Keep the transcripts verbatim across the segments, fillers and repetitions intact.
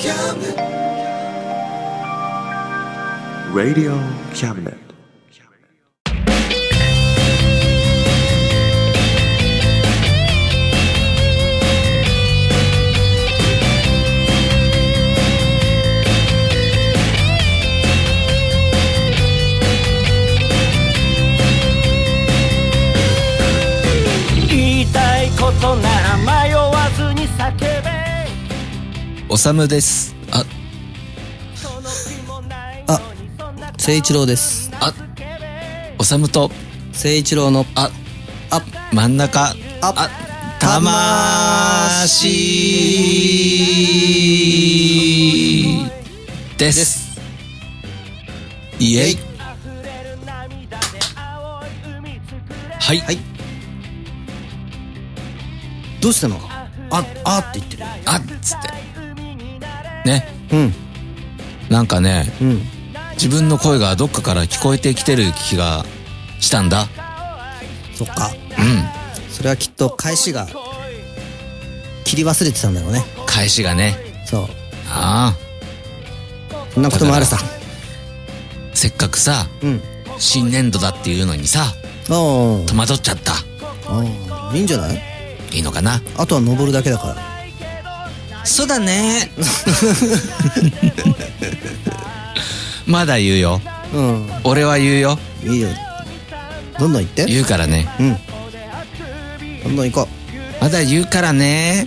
Radio Cabinet. おさむです。あ、 あ、誠一郎です。 あ、おさむと誠一郎のあ、 あ、 真ん中、 あ、 あ、魂です。イエイ。はい。 はい。どうしたの？あ、あって言ってる。 あっつって。ね。 うん。 なんかね、 うん。 自分の声がどっかから聞こえてきてる気がしたんだ。 そっか。 うん。 それはきっと返しが切り忘れてたんだろうね。 返しがね。 そう。 ああ。 そんなこともあるさ。 せっかくさ、 うん。 新年度だっていうのにさ、 おー。 戸惑っちゃった。 ああ、いいんじゃない？ いいのかな。 あとは登るだけだから。 そうだね。まだ言うよ。 うん。 俺は言うよ。 いいよ。どんどん言って。 言うからね。 うん。どんどん行こまだ言うからね。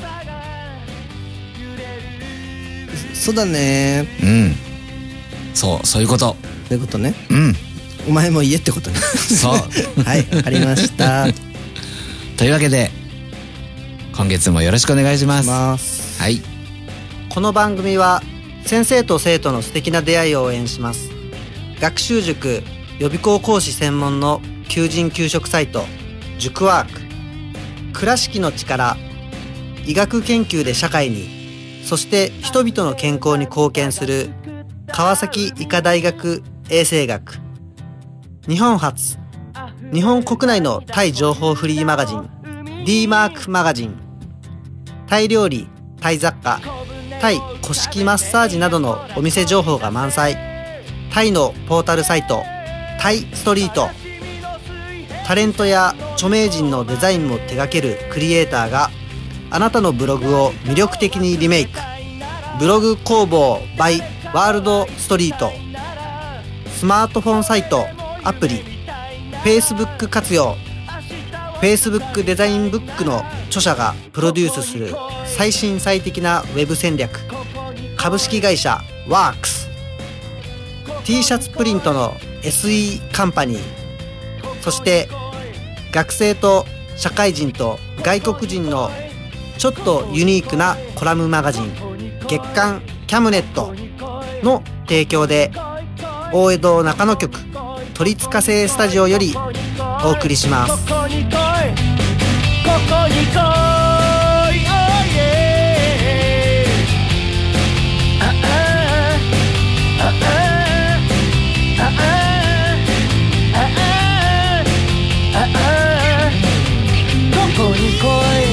う。そうだね。 うん。そう、そういうこと。 そういうことね。 うん。 お前も言えってことね。 そう。 はい、わかりました。 というわけで、今月もよろしくお願いします。 ますはい。 この番組は先生と生徒の素敵な出会いを応援します。学習塾予備校講師専門の求人・求職サイト塾ワーク、倉敷の力、医学研究で社会に、そして人々の健康に貢献する川崎医科大学衛生学、日本初、日本国内のタイ情報フリーマガジン D マークマガジン、タイ料理、タイ雑貨、タイ古式マッサージなどのお店情報が満載。タイのポータルサイトタイストリート、タレントや著名人のデザインも手掛けるクリエイターがあなたのブログを魅力的にリメイク。ブログ工房 by ワールドストリート。スマートフォンサイト、アプリ、 Facebook 活用。 Facebook デザインブックの著者がプロデュースする最新最適なウェブ戦略。株式会社ワークス。 T シャツプリントの エスイー カンパニー。そして学生と社会人と外国人のちょっとユニークなコラムマガジン月刊キャムネットの提供で、大江戸中野局鳥塚製スタジオよりお送りします。ここに来い、ここに来い、oh yeah、ああああああああああ、ここに来い。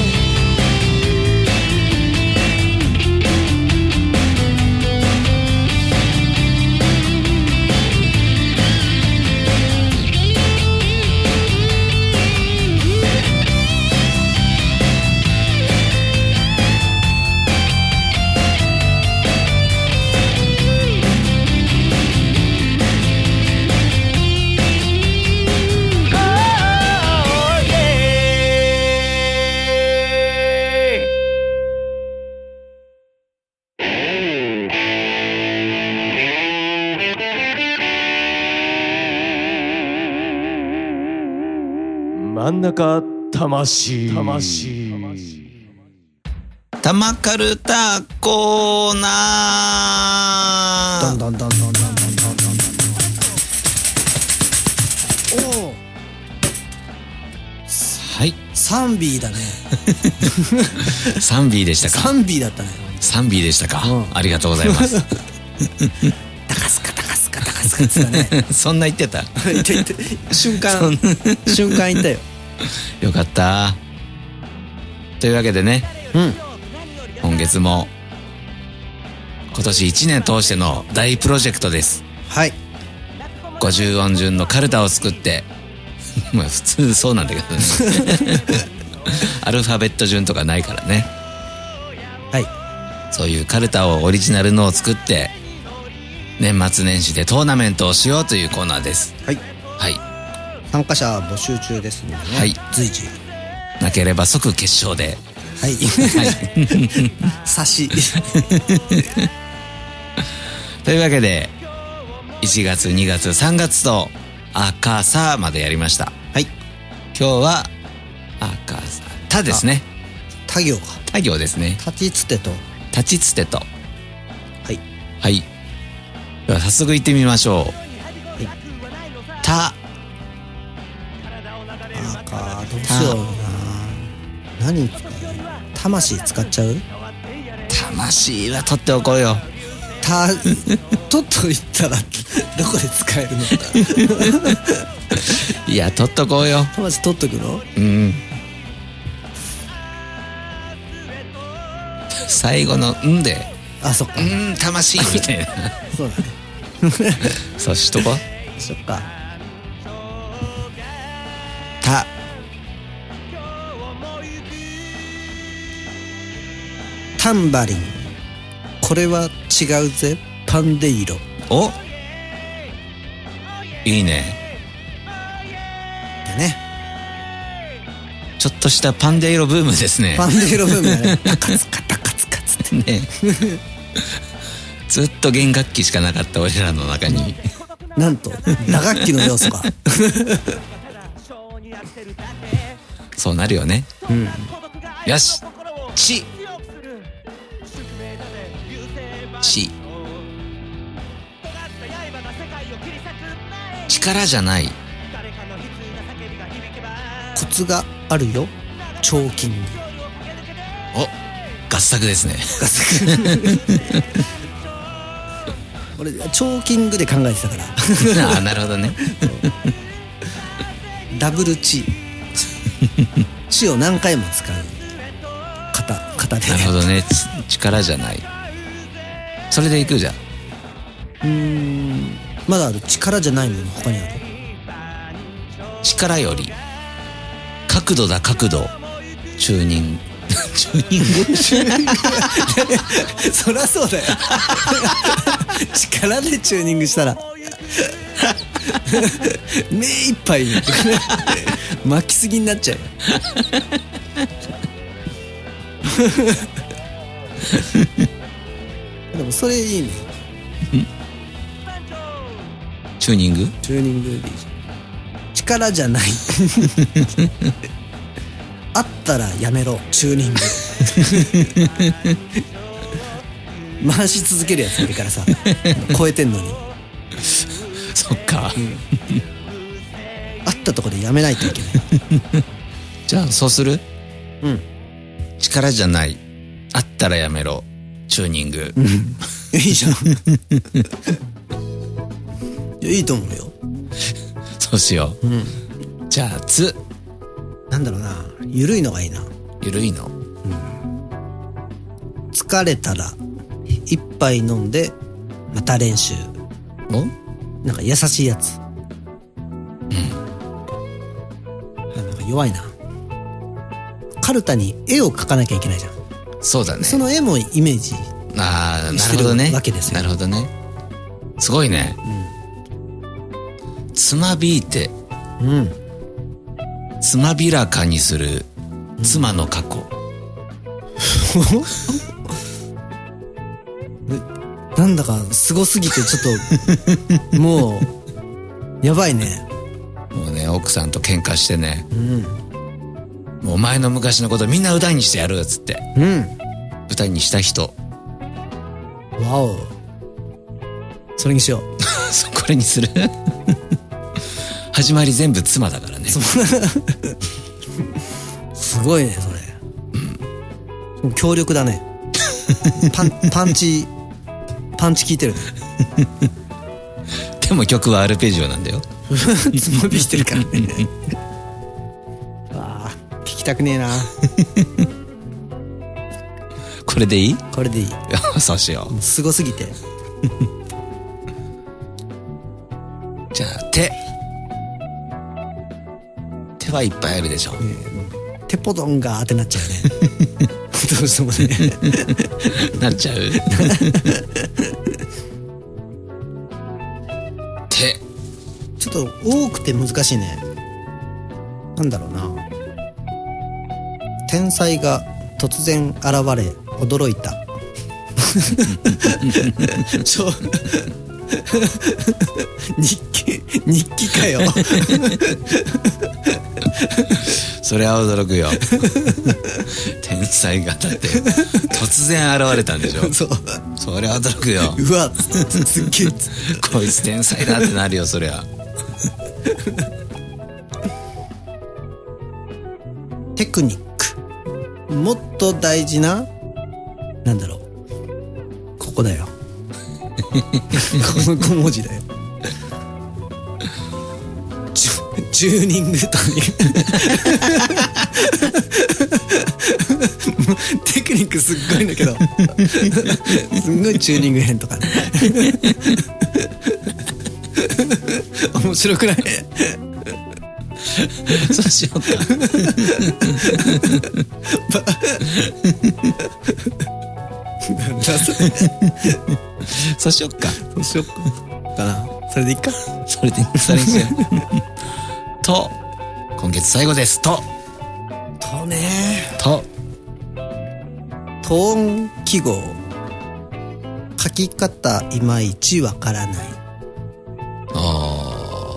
真ん中魂魂玉カルタコーナー。 どんどんどんどんどんどんどんどんどん。おお、 はい、 サンビーだね。 サンビーでしたか。 サンビーだったね。 サンビーでしたか、 うん、 ありがとうございます。 タカスカタカスカタカスカですかね。 そんな言ってた。 言って言って瞬間瞬間言ったよ。 よかった。というわけでね、 うん、 今月も今年いちねん通しての大プロジェクトです。 はい。 ごじゅう音順のカルタを作ってまあ普通そうなんだけどねアルファベット順とかないからね。 はい。 そういうカルタをオリジナルのを作って年末年始でトーナメントをしようというコーナーです。 はい。 はい。 参加者募集中ですのでね。 はい。 随時。 なければ即決勝で。 はい。 はい。 差し。 というわけでいちがつにがつさんがつと赤さまでやりました。 はい。 今日は赤さたですね。 他行か。 他行ですね。 立ちつてと立ちつてと。 はい。 はい。では早速行ってみましょう。 はい。 た。 赤どうしような。何使う？魂使っちゃう？ 魂は取っておこうよ。 た取っといたらどこで使えるのかいや取っとこうよ。 魂取っとくの？ うん。最後のんで、 あ、そっか。 うん魂みたいなそうだねそうしとこう。 そっか。 た。 タンバリン、これは違うぜパンデイロ。 お、いいね。 でね、 ちょっとしたパンデイロブームですね。 パンデイロブームだね。タカツカタカツカツってねずっと弦楽器しかなかった俺らの中になんと打楽器の要素がそうなるよね。 うん。 よし、ちち力じゃない。 コツがあるよ。チョーキング。 お、合作ですね。 合作俺チョーキングで考えてたからああ、なるほどね。 ダブルチチを何回も使う型型で。 なるほどね。力じゃない。それでいくじゃん。 うーん、まだある。力じゃないもの他にある？ 力より角度だ角度。チューニングチューニングそりゃそうだよ力でチューニングしたら目いっぱい巻きすぎになっちゃうでもそれいいね。 チューニングチューニングでいいじゃん。力じゃないあったらやめろチューニング回し続けるやついるからさ超えてんのにそっか、うん、 あったとこでやめないといけないじゃあそうする？ うん。 力じゃないあったらやめろチューニング、うん、 いいじゃんいや、いいと思うよ。 そうしよう、うん、じゃあつなんだろうな、ゆるいのがいいな。 ゆるいの、うん、 疲れたら一杯飲んでまた練習。 お、 なんか優しいやつ。うん。なんか弱いな。カルタに絵を描かなきゃいけないじゃん。 そうだね。 その絵もイメージああ、なしてるわけですよ。 なるほどね。すごいね。うん、つまびいて、うん、つまびらかにする妻の過去、 うん、なんだかすごすぎてちょっともうやばいね。 もうね、奥さんと喧嘩してね、うん、もうお前の昔のことみんな歌にしてやるっつって、うん、歌にした人。 わお、それにしようこれにする始まり全部妻だからね。 すごいねそれ、うん、強力だね。パン、パンチパンチ効いてるね。 でも曲はアルペジオなんだよ。 つまびしてるからね。わあ、聞きたくねえな。 これでいい？ これでいい。 そうしよすごすぎて。 じゃあ手手はいっぱいあるでしょ、 えー、テポドンがーってなっちゃうね。どうしてもね。 なっちゃう。手ちょっと多くて難しいね。なんだろうな。天才が突然現れ驚いた。ちょ日記日記かよ。 それは驚くよ。天才がだって突然現れたんでしょ。 そう、 それは驚くよ。 うわすっげえこいつ天才だってなるよそりゃ。 テクニック、もっと大事な、なんだろう、ここだよ。このご文字だよ。チュチューニングとかにテクニックすっごいんだけど、すんごいチューニング変とかね。面白くない？ そうしようか。そうしよっか。 そうしよっかな。それでいいか。 それでそれにしよう。と今月最後です。ととね。 とトーン記号、書き方いまいちわからない。 あ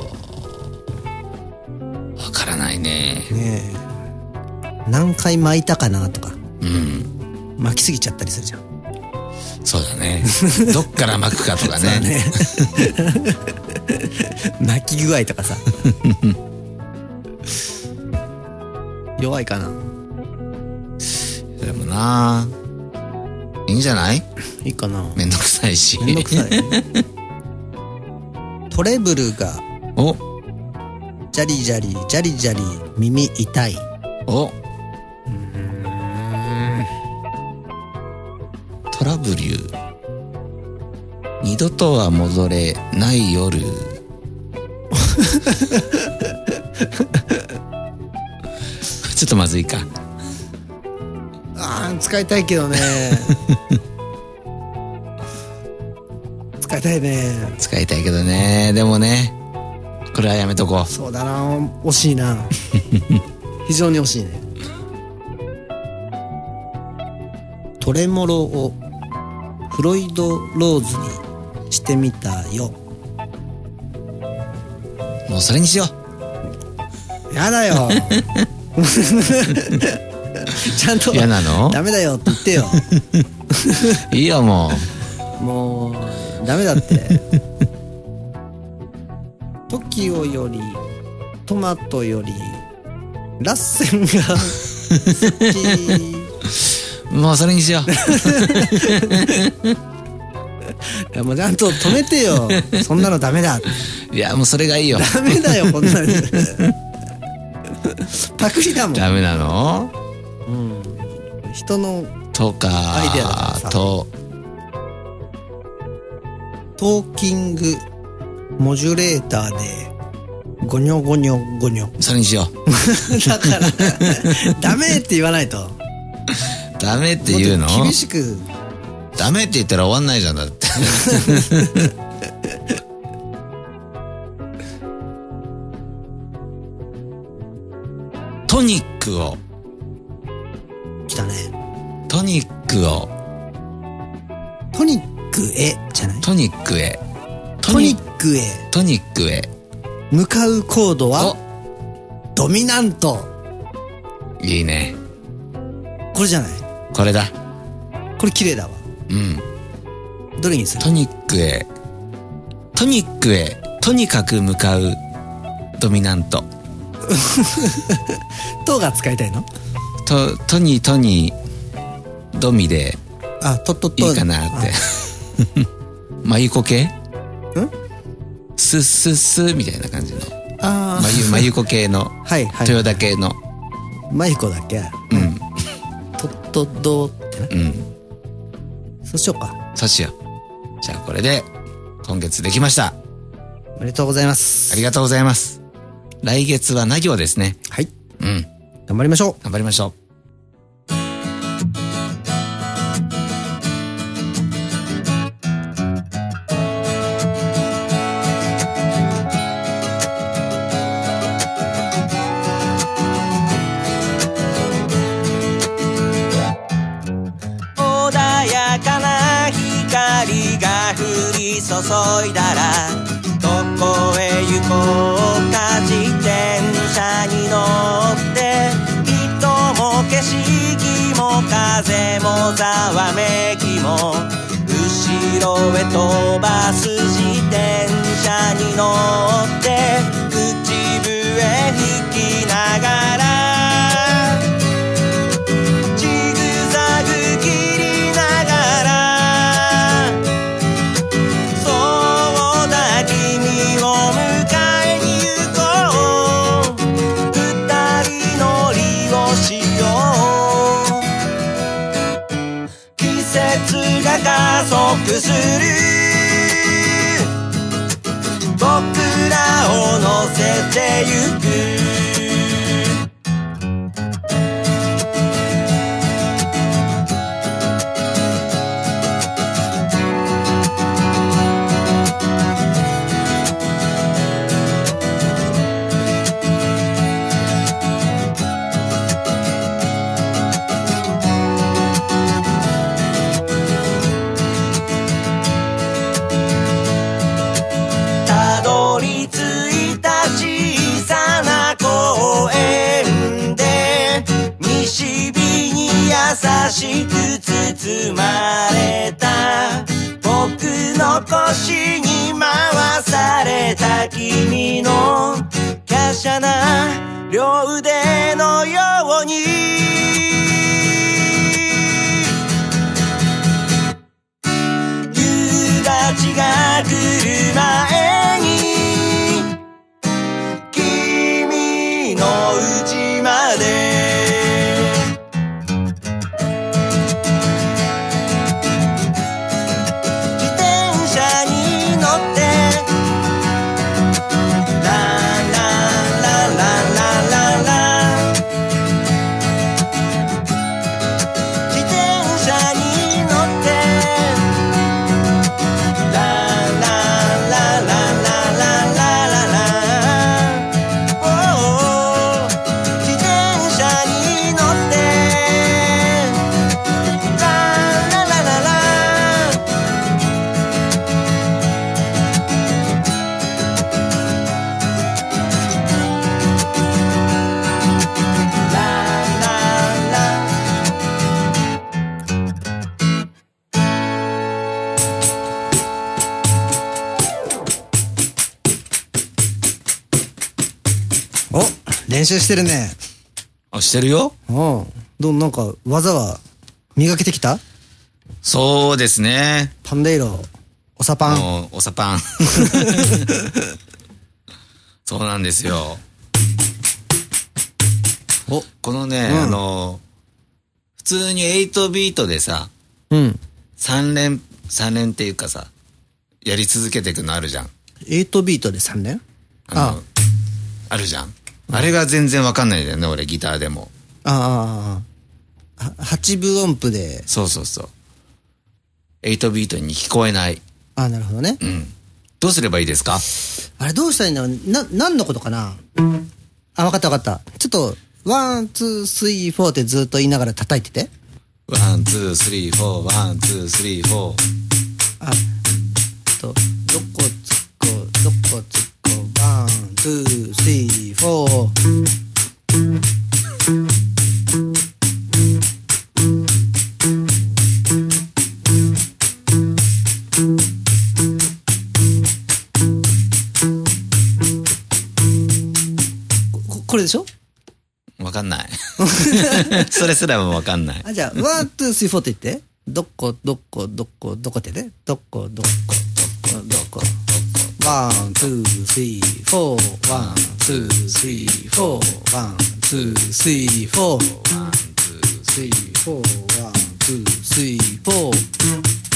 ー、わからないね。 ねえ、何回巻いたかなとか、 うん、 巻きすぎちゃったりするじゃん。 そうだね。どっから巻くかとかね。 ね。巻き具合とかさ。弱いかな。 でもな、いいんじゃない？ いいかな。 めんどくさいし。 めんどくさい。トレブルがおジャリジャリジャリジャリ耳痛い。 おトラブル二度とは戻れない夜。ちょっとまずいか。 あー、使いたいけどね。使いたいね。 使いたいけどね。でもね、これはやめとこう。 そうだな、惜しいな。非常に惜しいね。トレモロをフロイドローズにしてみたよ。 もうそれにしよう。やだよ。ちゃんと嫌なの？ ダメだよって言ってよ。 いいよもう。もうダメだって。トキオよりトマトよりラッセンが好き。 もうそれにしよう。 いやもうちゃんと止めてよ。そんなのダメだ。 いやもうそれがいいよ。 ダメだよこんなの。パクリだもん。 ダメなの？ うん。人のとかアイデアだからさ。 とトーキングモジュレーターでゴニョゴニョゴニョ。 それにしよう。 だからダメって言わないと。 ダメって言うの？ 厳しく。 ダメって言ったら終わんないじゃんだって。トニックを来たね。 トニックをトニックへじゃない？ トニックへトニックへトニックへ向かうコードはドミナント。 いいね。 これじゃない？ これだ。 これ綺麗だわ。 うん。 どれにする？ トニックへトニックへとにかく向かうドミナント。 トが使いたいの？ とトニトニドミであトトトいいかなって。まゆこ系？ん？スッスッスみたいな感じの。 ああ。 まゆまゆこ系の。 はいはい。 豊田系の。 まゆこだっけ？ うん。 トトドってな。 うん。 そうしようか。 そうしよう。じゃあこれで今月できました。 おめでとうございます。 ありがとうございます。来月はな行ですね。 はい。 うん。 頑張りましょう。 頑張りましょう。 注いだらどこへ行こうか。自転車に乗って人も景色も風もざわめきも後ろへ飛ばす自転車に乗って口笛吹きながら加速する僕らを乗せてゆく。優しく包まれた僕の腰に回された君の華奢な両腕のように夕立が来る前に君の家まで練習してるね。 あ、してるよ。 ああ、どうなんか技は磨けてきた？ そうですね。 パンデイロ、おさパン。 おさパン。そうなんですよ。お、このね、うん、あの普通にエイトビートでさ、うん、さん連さん連っていうかさ、やり続けていくのあるじゃん。 エイトビートでさん連？ ああ、あるじゃん。あれが全然わかんないんだよね、俺ギターでも。 ああ、はちぶ音符で。 そうそうそう。エイトビートに聞こえない。 ああ、なるほどね。 うん。どうすればいいですか？ あれどうしたらいいんだろう。な、何のことかな。あ、わかったわかった。ちょっと、ワン、ツー、スリー、フォーってずっと言いながら叩いてて。 ワン、ツー、スリー、フォー、ワン、ツー、スリー、フォー。 あ、と、どこつこ、どこつこ、ワン、ツー、スリー、フォー。こ、これでしょ？ わかんない。それすらもわかんない。 あ、じゃあ、ワン、ツー、スリー、フォーって言って。どこ、どこ、どこ、どこってね。どこ、どこ、どこ、どこ。ワン、ツー、スリー、フォー。ワン、ツー、スリー、フォー。ワン、ツー、スリー、フォー。ワン、ツー、スリー、フォー。ワン、ツー、スリー、フォー。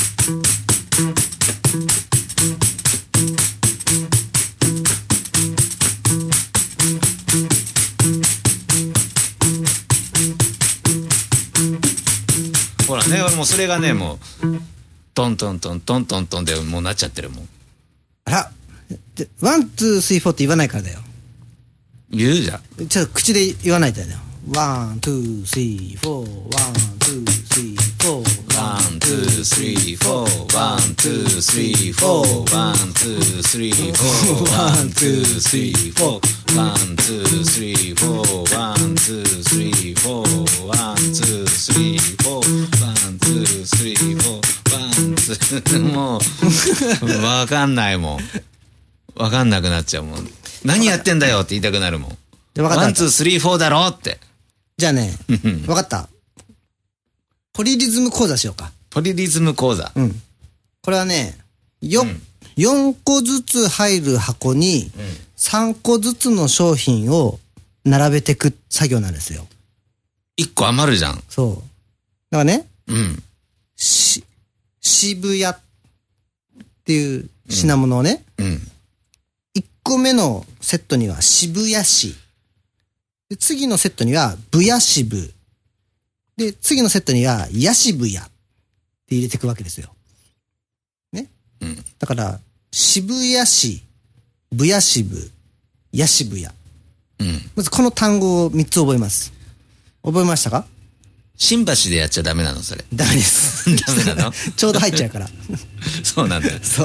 ね、もうそれがね、もうトントントントントントンでもうなっちゃってるもん。 あら、ワンツースリーフォーって言わないからだよ。 言うじゃん。 ちょっと口で言わないとだよ。ワンツースリーフォー、ワンツースリーフォー、 ワンツースリーフォー、ワンツースリーフォー、ワンツースリーフォー、ワンツースリーフォー、ワンツースリーフォー、ワンツースリーフォー、ワンツースリーフォー、ワンツースリーフォー、ワンツー、もうわかんないもん。わかんなくなっちゃうもん。何やってんだよって言いたくなるもん。ワンツースリーフォーだろって。 じゃあね、わかった。ポリリズム講座しようか。 ポリリズム講座。 うん。これはね、よ、うん、よんこずつ入る箱にさんこずつの商品を並べていく作業なんですよ。 いっこ余るじゃん。 そう。だからね、 うん。 し、渋谷っていう品物をね、 うん。うん、 いっこめのセットには渋谷市。で次のセットにはブヤ渋。で、次のセットにはヤ渋谷って入れていくわけですよ。ね。 うん。 だから、渋谷市、ブヤ渋、ヤ渋谷。 うん。 まずこの単語をみっつ覚えます。覚えましたか？ 新橋でやっちゃダメなのそれ。 ダメです。 ダメなの？ ちょうど入っちゃうから。 そうなんだ。 そう。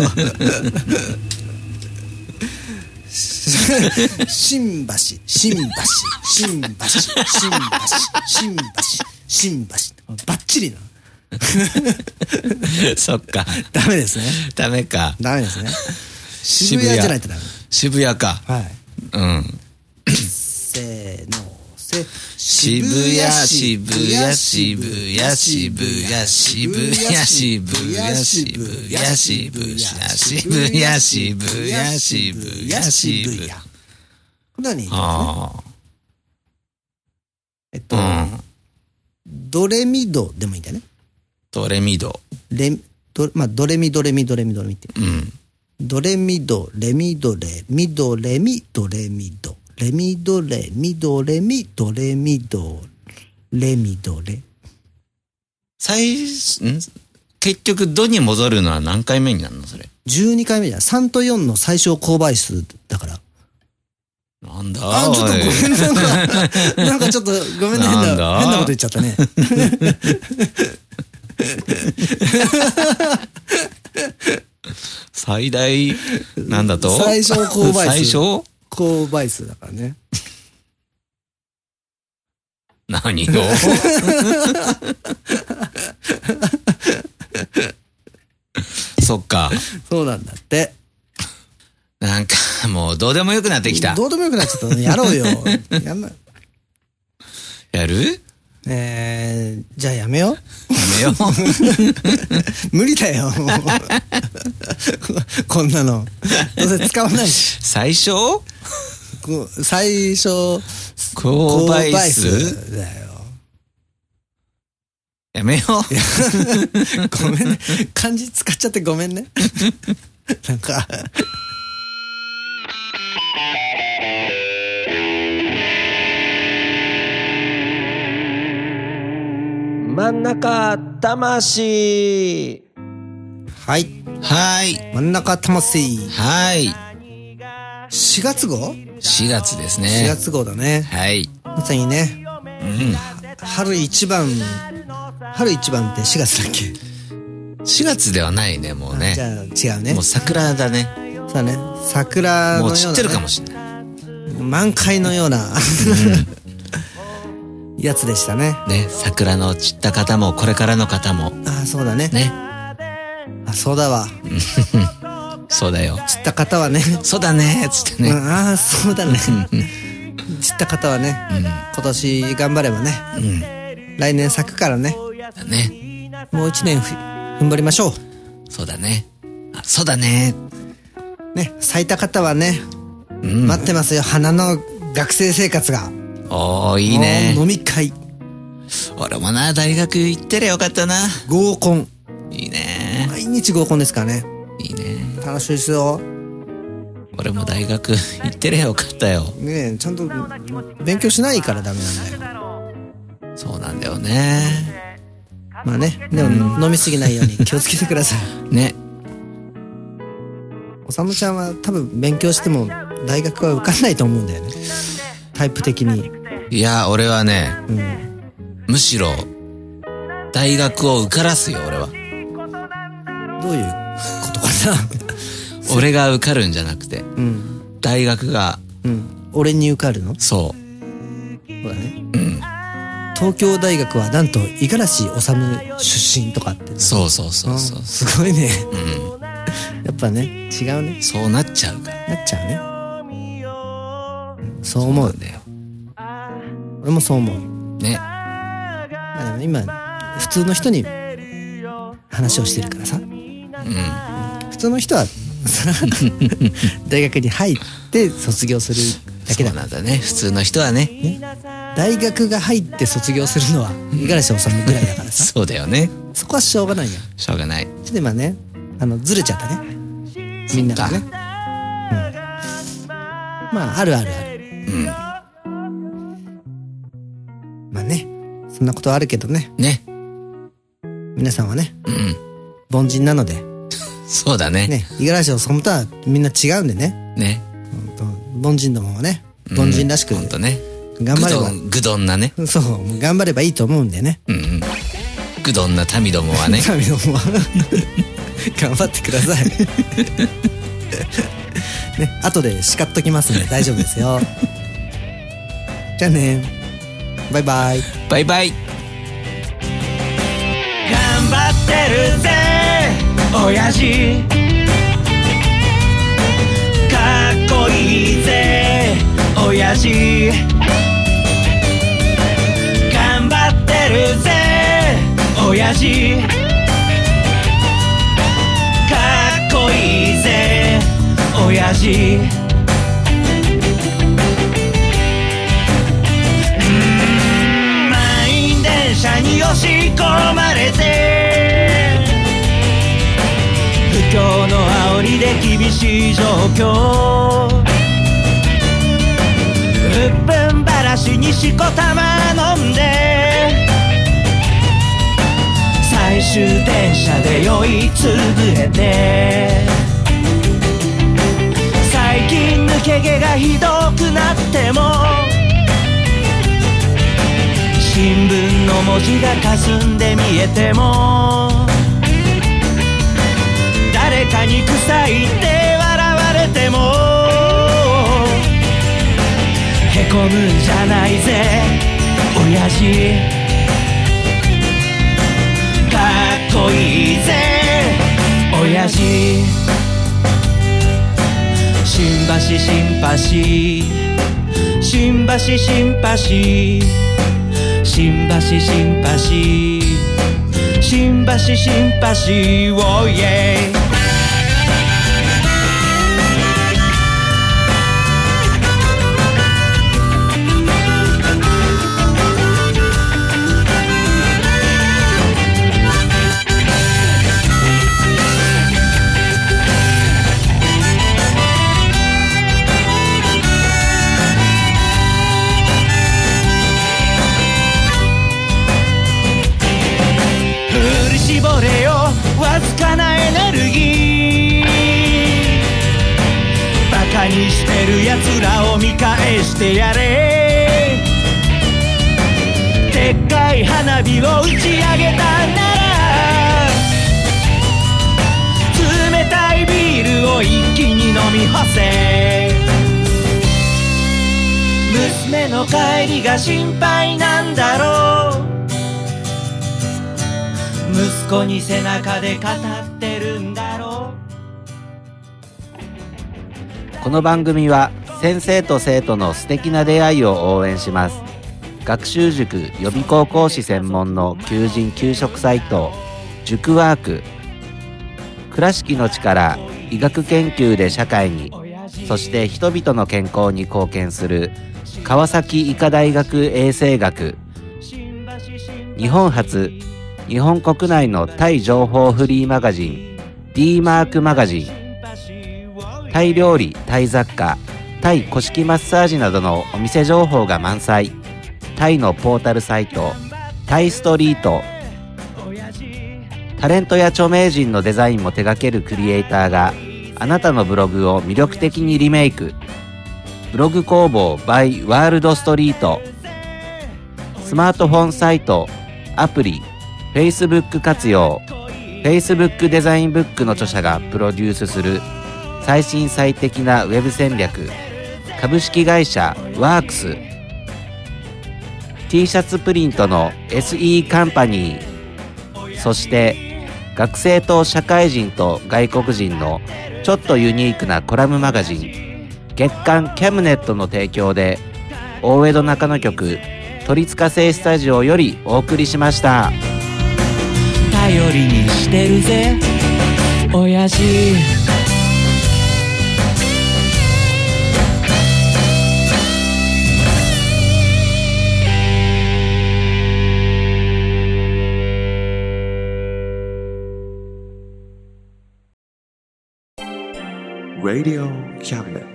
新橋、新橋、新橋、新橋、新橋、新橋。バッチリな。 そっか。 ダメですね。 ダメか。 ダメですね。渋谷じゃないとダメ。 渋谷か。 はい。 うん。 せーの、せ、 渋谷、渋谷、渋谷、渋谷、渋谷、渋谷、渋谷、渋谷、渋谷、渋谷、渋谷、渋谷。 これはね、 ああ。 えっと、ドレミドでもいいんだよね。 ドレミド。 レ、ド、まあ、ドレミドレミドレミドレミって。 うん。 ドレミド、レミドレ、ミドレミ、ドレミド。レミドレ、ミドレミ、ドレミド、レミドレ。 最、ん結局、ドに戻るのは何回目になるのそれ。 じゅうにかいめじゃん。さんとよんの最小公倍数だから。 なんだあ、ちょっとごめんなさい。なんかちょっとごめんね。変な、変なこと言っちゃったね。 最大、なんだと最小公倍数。 最小公倍数だからね。 何をそっか。 そうなんだって。 なんか、もうどうでもよくなってきた。 どうでもよくなっちゃったね。やろうよ。やんな。 やる？ えー、じゃあやめよう。 やめよう。 無理だよ。こんなの。どうせ使わないし。 最小？ 最小公倍数だよ。 やめよう。 ごめんね。漢字使っちゃってごめんね。なんか。 真ん中魂。 はい。 はい。 真ん中魂。 はい。 しがつ号？ し 月ですね。 しがつ号だね。 はい。 まさにね。 うん。 春一番、春一番ってしがつだっけ？ しがつではないね、もうね。 じゃあ違うね。 もう桜だね。 そうだね。桜のような、ね。 もう散ってるかもしれない。 満開のような、うん、やつでしたね。 ね、桜の散った方もこれからの方も。 ああ、そうだね。 ね。 あ、そうだわ。 そうだよ。 散った方はね。 そうだね、つってね。 うん、ああ、そうだね。散った方はね、うん、今年頑張ればね、うん、来年咲くからね。 だね。 もう一年ふ踏ん張りましょう。 そうだね。あ、そうだね。 ね、咲いた方はね、 うん、 待ってますよ、花の学生生活が。 おー、いいね。 飲み会。 俺もな、大学行ってりゃよかったな。 合コン。 いいね。 毎日合コンですからね。 いいね。 楽しいですよ。 俺も大学行ってりゃよかったよ。 ねえ、ちゃんと勉強しないからダメなんだよ。 そうなんだよね。 まあね、でも飲みすぎないように気をつけてくださいね。 おさむちゃんは多分勉強しても大学は受かんないと思うんだよね、タイプ的に。 いや俺はね、 うん、 むしろ大学を受からすよ俺は。 どういうことかな俺が受かるんじゃなくて、 うん、 大学が、 うん、俺に受かるの？ そうそうだね、 うん、 東京大学はなんと五十嵐治出身とかって。 そうそうそうそう、 すごいね、 うん、 やっぱね違うね。 そうなっちゃうからなっちゃうね、うん、そう思うんだよ。俺もそう思うね。 まあ、でも今普通の人に話をしてるからさ、うん、普通の人は大学に入って卒業するだけだ。 そうなんだね、普通の人は ね, ね大学が入って卒業するのは五十嵐治ぐらいだからさそうだよね、 そこはしょうがないよ。 しょうがない。 ちょっと今ね、あのずれちゃったね、みんながね、うん、まああるあるある、うん、まあね、そんなことはあるけどね。 ね。 皆さんはね、 うん、 凡人なので。 そうだね。 ね、五十嵐治とはみんな違うんでね。 ね。 凡人どもはね、凡人らしく、 うん、ほんとね。 頑張れば。 ぐどんなね。 そう、頑張ればいいと思うんでね。 うんうん。ぐどんな民どもはね。 民どもは頑張ってください。ね、後で叱っときますんで大丈夫ですよ。じゃあね、バイバイ。 バイバイ。 頑張ってるぜ親父、かっこいいぜ親父、頑張ってるぜ親父、かっこいいぜ親父。電車に押し込まれて、不況の煽りで厳しい状況、うっぷんばらしにしこたま飲んで、最終電車で酔いつぶれて、最近抜け毛がひどくなっても、新聞の文字が霞んで見えても、誰かに臭いって笑われても、へこむんじゃないぜ親父、かっこいいぜ親父。新橋新橋新橋新橋新橋新橋新橋新橋おいえ。絞れよわずかなエネルギー、バカにしてるやつらを見返してやれ。でっかい花火を打ち上げたなら、冷たいビールを一気に飲み干せ。娘の帰りが心配なんだろう、息子に背中で語ってるんだろう。この番組は先生と生徒の素敵な出会いを応援します。学習塾予備校講師専門の求人・求職サイト塾ワーク、倉敷の力、医学研究で社会に、そして人々の健康に貢献する川崎医科大学衛生学、日本初日本国内のタイ情報フリーマガジン D マークマガジン、タイ料理、タイ雑貨、タイ古式マッサージなどのお店情報が満載、タイのポータルサイトタイストリート、 タレントや著名人のデザインも手掛けるクリエイターがあなたのブログを魅力的にリメイク。ブログ工房 by ワールドストリート。スマートフォンサイト、アプリ、Facebook 活用。Facebook デザインブックの著者がプロデュースする最新最適なウェブ戦略。株式会社ワークス。T シャツプリントの エスイー カンパニー。そして学生と社会人と外国人のちょっとユニークなコラムマガジン月刊キャムネットの提供で大江戸中野局鳥塚製スタジオよりお送りしました。 頼りにしてるぜ親父。 Radio Cabinet.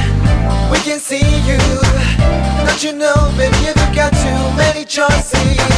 You know, baby, you've got too many choices.